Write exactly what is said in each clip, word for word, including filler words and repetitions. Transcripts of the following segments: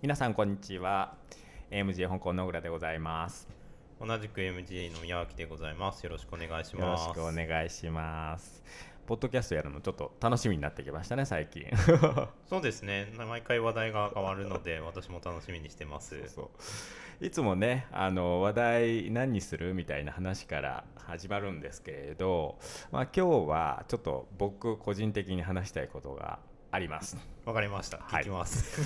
皆さんこんにちは。 エムジェー 香港野倉でございます。 同じく エムジーエー の宮脇でございます。よろしくお願いしよろます。 しくお願いします。ポッドキャストやるのちょっと楽しみになってきましたね、最近。 そうですね、毎回話題が変わるので私も楽しみにしてます。 そうそういつもね、あの話題何にするみたいな話から始まるんですけれど、まあ、今日はちょっと僕個人的に話したいことがあります。 わかりました、聞きます。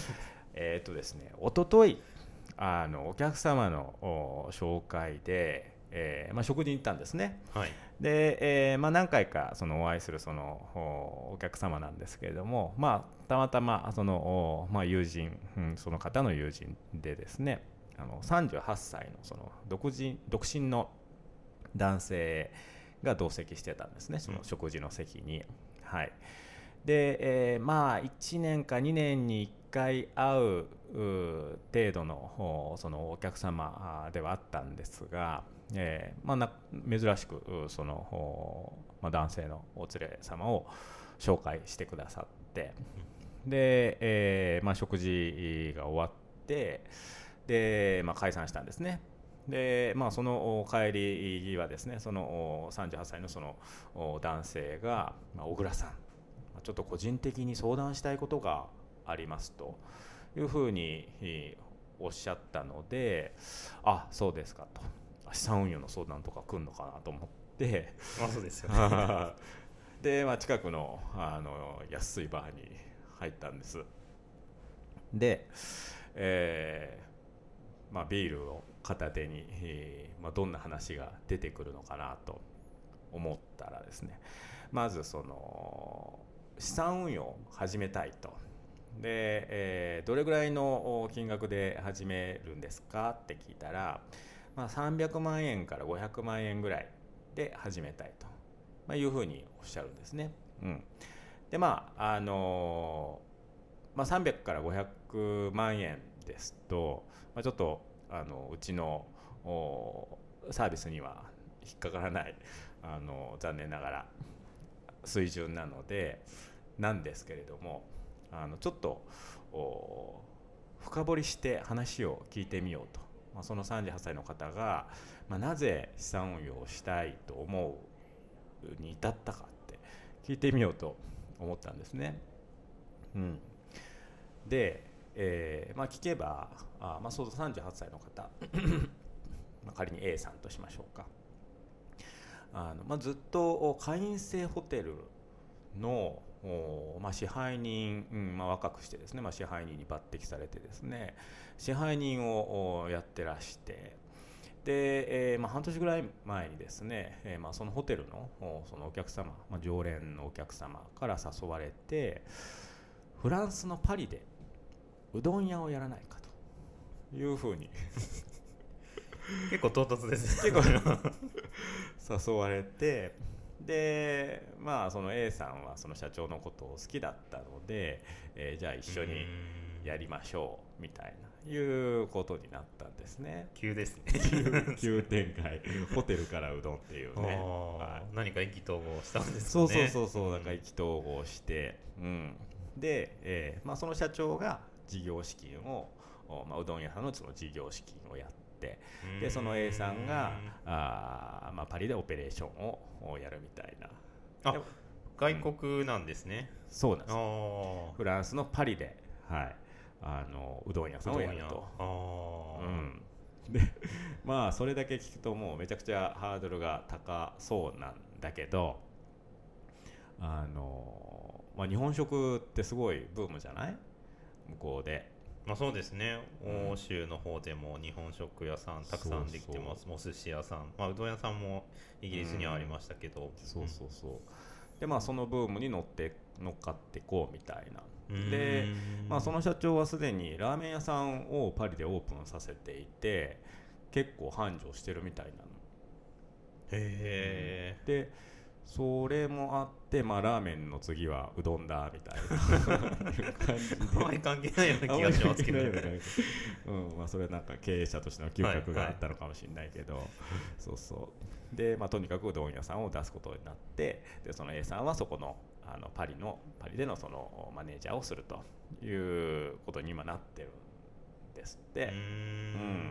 えっとですね、おとといあのお客様の紹介で、えーまあ、食事に行ったんですね。 はい。 で、えーまあ、何回かそのお会いするそのお客様なんですけれども、まあ、たまたまその、まあ、友人、うん、その方の友人でですね、あのさんじゅうはっさいのその独身、独身の男性が同席してたんですね、その食事の席に。うん、はい。で、えー、まあいちねんかにねんにいっかい会う程度のそのお客様ではあったんですが、えーまあ、な珍しくその、まあ、男性のお連れ様を紹介してくださって、で、えーまあ、食事が終わってで、まあ、解散したんですね。で、まあ、その帰り際ですね、そのさんじゅうはっさいのその男性が、まあ、小倉さん、ちょっと個人的に相談したいことがありますというふうにおっしゃったので、あ、そうですかと、資産運用の相談とか来るのかなと思って、 あ、そうですよね。 で、まあ、近くの、あの安いバーに入ったんです。で、えーまあ、ビールを片手に、えーまあ、どんな話が出てくるのかなと思ったらですね、まずその資産運用を始めたいと。で、えーどれぐらいの金額で始めるんですかって聞いたら、まあ、さんびゃくまんえんからごひゃくまんえんぐらいで始めたいと、まあ、いうふうにおっしゃるんですね。うん、でまああのーまあ、さんびゃくからごひゃくまんえんですと、まあ、ちょっとあのうちのサービスには引っかからない、あの残念ながら水準なのでなんですけれども、あのちょっと深掘りして話を聞いてみようと、まあ、そのさんじゅうはっさいの方が、まあ、なぜ資産運用をしたいと思うに至ったかって聞いてみようと思ったんですね。うん、で、えーまあ、聞けばあ、まあ、そうさんじゅうはっさいの方まあ仮に A さんとしましょうか。あの、まあ、ずっと会員制ホテルの、まあ、支配人、うんまあ、若くしてですね、まあ、支配人に抜擢されてですね、支配人をやってらして、で、えーまあ、半年ぐらい前にですね、えーまあ、そのホテルのそのお客様、まあ、常連のお客様から誘われて、フランスのパリでうどん屋をやらないかというふうに結構唐突ですね。結構誘われて、でまあその A さんはその社長のことを好きだったので、えー、じゃあ一緒にやりましょうみたいないうことになったんですね。 急ですね。 急展開、ホテルからうどんっていうね、 はい、何か意気投合したんですかね。そうそうそうそうそう、なんか意気投合して、うん、で、えーまあ、その社長が事業資金を、まあ、うどん屋さんのその事業資金をやって、でその A さんがあ、まあ、パリでオペレーションをやるみたいな。 あ、外国なんですね。 うん、そうなんです。フランスのパリで、はい、あのうどん屋さんをやると。あ、うん、でまあそれだけ聞くともうめちゃくちゃハードルが高そうなんだけど、あの、まあ、日本食ってすごいブームじゃない？向こうで。 まあ、そうですね、欧州の方でも日本食屋さんたくさんできてます。お寿司屋さん、まあ、うどん屋さんもイギリスにはありましたけど、うん、 そうそうそう。でまあそのブームに乗って乗っかってこうみたいな。で、まあ、その社長はすでにラーメン屋さんをパリでオープンさせていて結構繁盛してるみたいなの。 へえ。 でそれもあって、まあ、ラーメンの次はうどんだみたいな感じであまり関係ないような気がしますけど、 うんまあ、それはなんか経営者としての嗅覚があったのかもしれないけど、はいはい、そうそうで、まあ、とにかくうどん屋さんを出すことになって、でその A さんはそこの、あのパリのパリでのそのマネージャーをするということに今なってるですって。 うーん、 うん、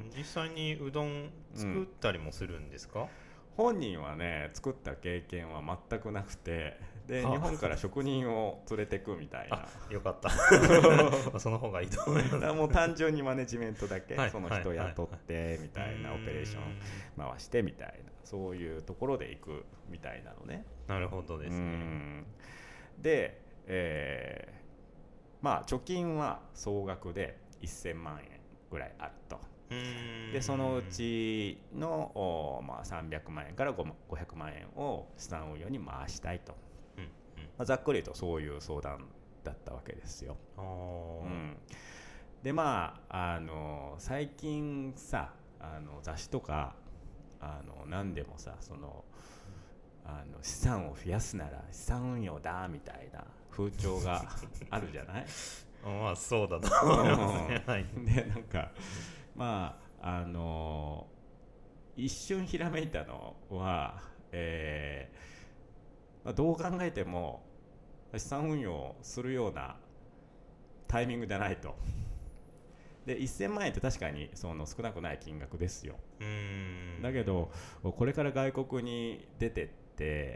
実際にうどん作ったりもするんですか？ 本人はね作った経験は全くなくて、で日は本から職人を連れてくみたいな。 あ、よかったその方がいいと思います。 だからもう単純にマネジメントだけ、 はいその人雇ってみたいな、オペレーション回してみたいな、そういうところで行くみたいなのね。 なるほどですね。 うんで、えー、まあ貯金は総額でせんまんえんぐらいあると。でそのうちの、まあ、さんびゃくまんえんからごひゃくまんえんを資産運用に回したいと、うんうん、まあ、ざっくり言うとそういう相談だったわけですよ。 あ、 うん、でまああの最近さ、あの雑誌とかあの何でもさ、そのあの資産を増やすなら資産運用だみたいな風潮があるじゃない。 まあそうだと思いますね、はい、 でなんかまああの一瞬ひらめいたのは、えーまあ、どう考えても資産運用するようなタイミングじゃないと。でせんまんえんって確かにその少なくない金額ですよ。 うーん、 だけどこれから外国に出てってで、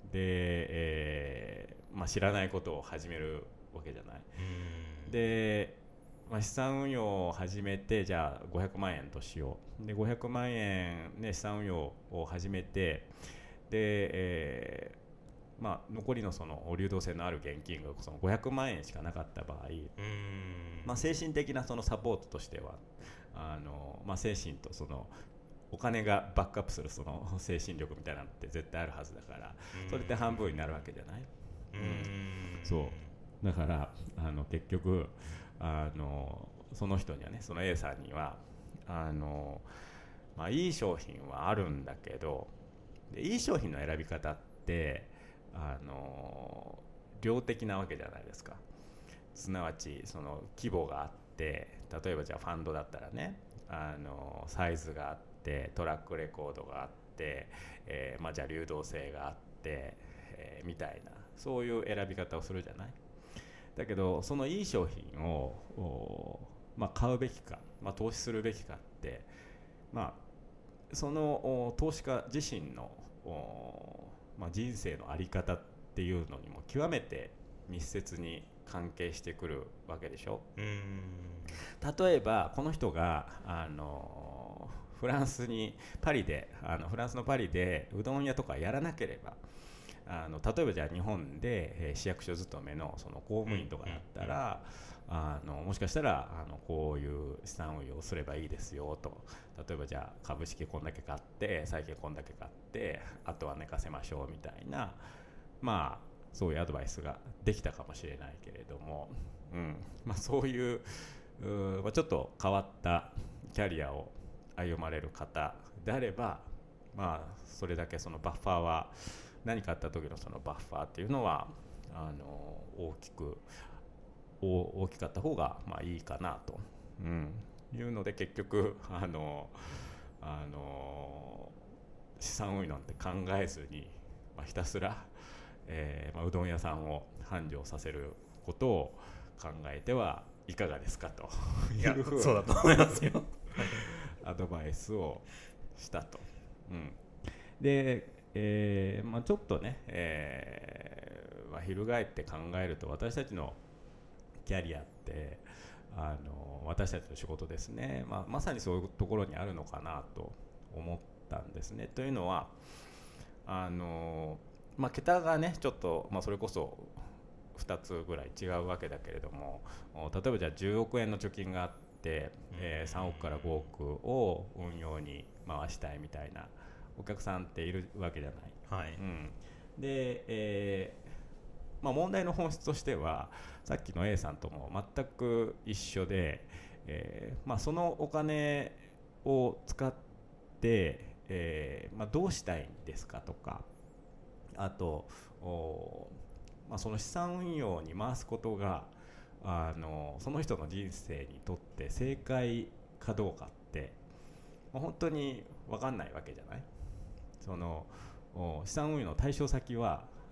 えーまあ、知らないことを始めるわけじゃない。 うーんで、まあ、資産運用を始めて、じゃあごひゃくまんえんとしよう。でごひゃくまんえん、ね、資産運用を始めて、で、えーまあ、残りのその流動性のある現金がそのごひゃくまんえんしかなかった場合、うーん、まあ、精神的なそのサポートとしてはあの、まあ、精神とそのお金がバックアップするその精神力みたいなのって絶対あるはずだから、それって半分になるわけじゃない。 うーん、 そうだからあの結局あのその人にはね、その A さんにはあの、まあ、いい商品はあるんだけど、でいい商品の選び方ってあの量的なわけじゃないですか。すなわちその規模があって、例えばじゃあファンドだったらね、あのサイズがあってトラックレコードがあって、えーまあ、じゃあ流動性があって、えー、みたいな、そういう選び方をするじゃない。だけどそのいい商品を、まあ、買うべきか、まあ、投資するべきかって、まあ、その投資家自身の、まあ、人生の在り方っていうのにも極めて密接に関係してくるわけでしょ。うーん、例えばこの人があのフランスにパリであのフランスのパリでうどん屋とかやらなければ、あの例えばじゃあ日本で、えー、市役所勤めのその公務員とかだったら、うんうんうん、あのもしかしたらあのこういう資産運用をすればいいですよと。例えばじゃあ株式こんだけ買って債券こんだけ買ってあとは寝かせましょうみたいな、まあそういうアドバイスができたかもしれないけれども、うんまあ、そういう、う、まあ、ちょっと変わったキャリアを歩まれる方であれば、まあ、それだけそのバッファーは何かあった時のそのバッファーっていうのはあの大きく大きかった方がまあいいかなと、うん、いうので結局あのあの資産運用なんて考えずに、まあ、ひたすら、えーまあ、うどん屋さんを繁盛させることを考えてはいかがですかというふうそうだと思いますよアドバイスをしたと、うん、で、えーまあ、ちょっとね、えーまあ、翻って考えると私たちのキャリアってあの私たちの仕事ですね、まあ、まさにそういうところにあるのかなと思ったんですね。というのはあの、まあ、桁がねちょっと、まあ、それこそふたつぐらい違うわけだけれども、例えばじゃあじゅうおくえんの貯金があって、えー、さんおくからごおくを運用に回したいみたいなお客さんっているわけじゃない、はい、うん、で、えーまあ、問題の本質としてはさっきの A さんとも全く一緒で、えーまあ、そのお金を使って、えーまあ、どうしたいんですかとか、あとまあ、その資産運用に回すことがあのその人の人生にとって正解かどうかって、まあ、本当に分かんないわけじゃない。その資産運用の対象先は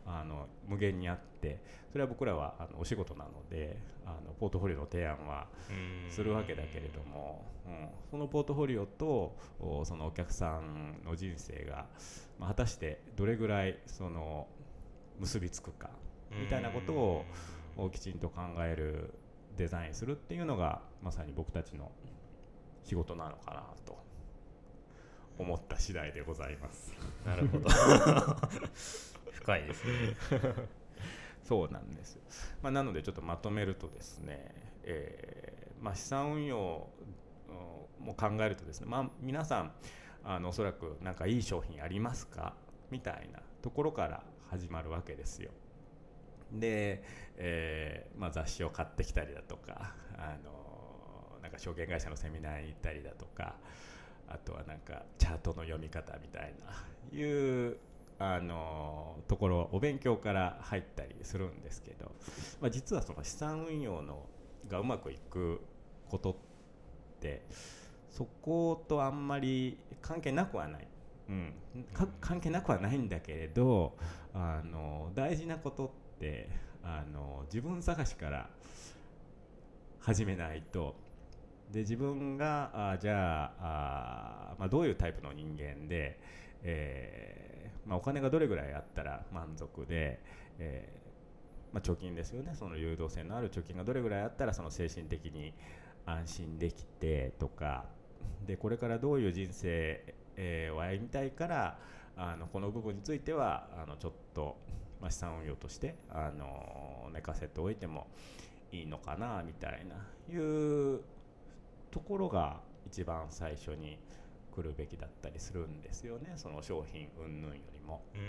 あの無限にあって、それは僕らはあのお仕事なのであのポートフォリオの提案はするわけだけれども、うん、そのポートフォリオとそのお客さんの人生が、まあ、果たしてどれぐらいその結びつくかみたいなことをきちんと考えるデザインするっていうのがまさに僕たちの仕事なのかなと思った次第でございます。 なるほど深いですねそうなんです、まあ、なのでちょっとまとめるとですね、えーまあ、資産運用も考えるとですね、まあ、皆さんあのおそらくなんかいい商品ありますかみたいなところから始まるわけですよ。で、えーまあ、雑誌を買ってきたりだとか、あのなんか証券会社のセミナーに行ったりだとか、あとはなんかチャートの読み方みたいないうあのところお勉強から入ったりするんですけど、まあ、実はその資産運用のがうまくいくことってそことあんまり関係なくはない、うん、か関係なくはないんだけれど、あの大事なことってあの自分探しから始めないと。で自分があじゃあ、あ、まあ、どういうタイプの人間で、えーまあ、お金がどれぐらいあったら満足で、えーまあ、貯金ですよね、その流動性のある貯金がどれぐらいあったらその精神的に安心できてとかで、これからどういう人生、えー、を歩みたいからあのこの部分についてはあのちょっと、まあ、資産運用としてあの寝かせておいてもいいのかなみたいないうところが一番最初に来るべきだったりするんですよね、その商品云々よりも。うーん、うん、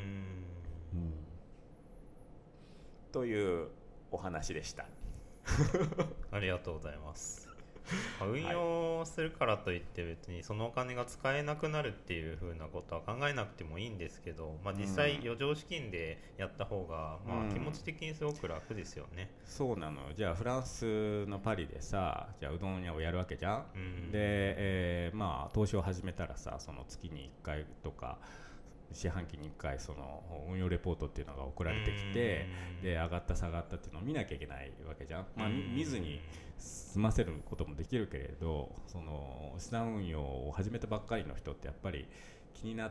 というお話でしたありがとうございます。運用するからといって別にそのお金が使えなくなるっていう風なことは考えなくてもいいんですけど、まあ、実際余剰資金でやった方がまあ気持ち的にすごく楽ですよね、 うん、そうなの。じゃあフランスのパリでさ、じゃあうどん屋をやるわけじゃん、うん、で、えー、まあ投資を始めたらさ、その月にいっかいとか四半期にいっかいその運用レポートっていうのが送られてきて、で上がった下がったっていうのを見なきゃいけないわけじゃん、まあ、見ずに済ませることもできるけれど、その資産運用を始めたばっかりの人ってやっぱり気になって、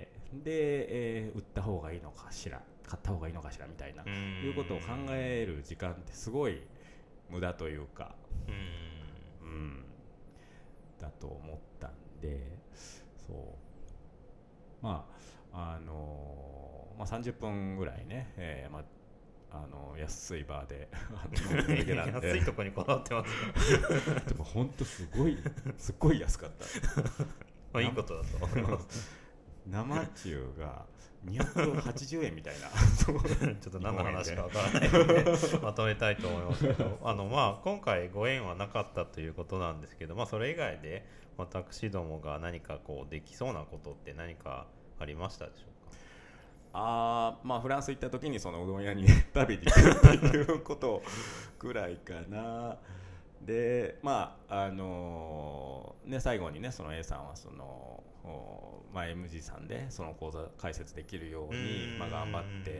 で、えー、売った方がいいのかしら買った方がいいのかしらみたいないうことを考える時間ってすごい無駄というか、うん、うん、だと思ったんで、そうまああのーまあ、さんじゅっぷんぐらいね、えーまあ、あの安いバーで安いとこにこだわってますでも本当すごいすごい安かったまあいいことだと思います生中がにひゃくはちじゅうえんみたいなちょっと何の話かわからないのでまとめたいと思いますけどあの、まあ、今回ご縁はなかったということなんですけど、まあ、それ以外で私どもが何かこうできそうなことって何かありましたでしょうか。 あまあフランス行った時にそのうどん屋に食べに行くっていうことぐらいかな。でまああのーね、最後にねその A さんはその、まあ、エムジー さんでその講座開設できるようにまあ、頑張って、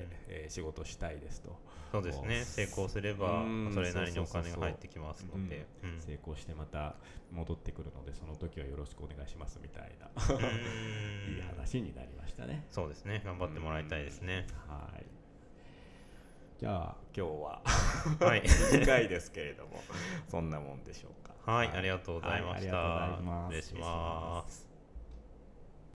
えー、仕事したいですと。 そうですね、成功すればそれなりにお金が入ってきますので、 成功してまた戻ってくるのでその時はよろしくお願いしますみたいないい話になりましたね。 そうですね、頑張ってもらいたいですね。 はい、じゃあ今日ははい短いですけれどもそんなもんでしょうか。 はい、ありがとうございました。 はい、ありがとうございます。 失礼します。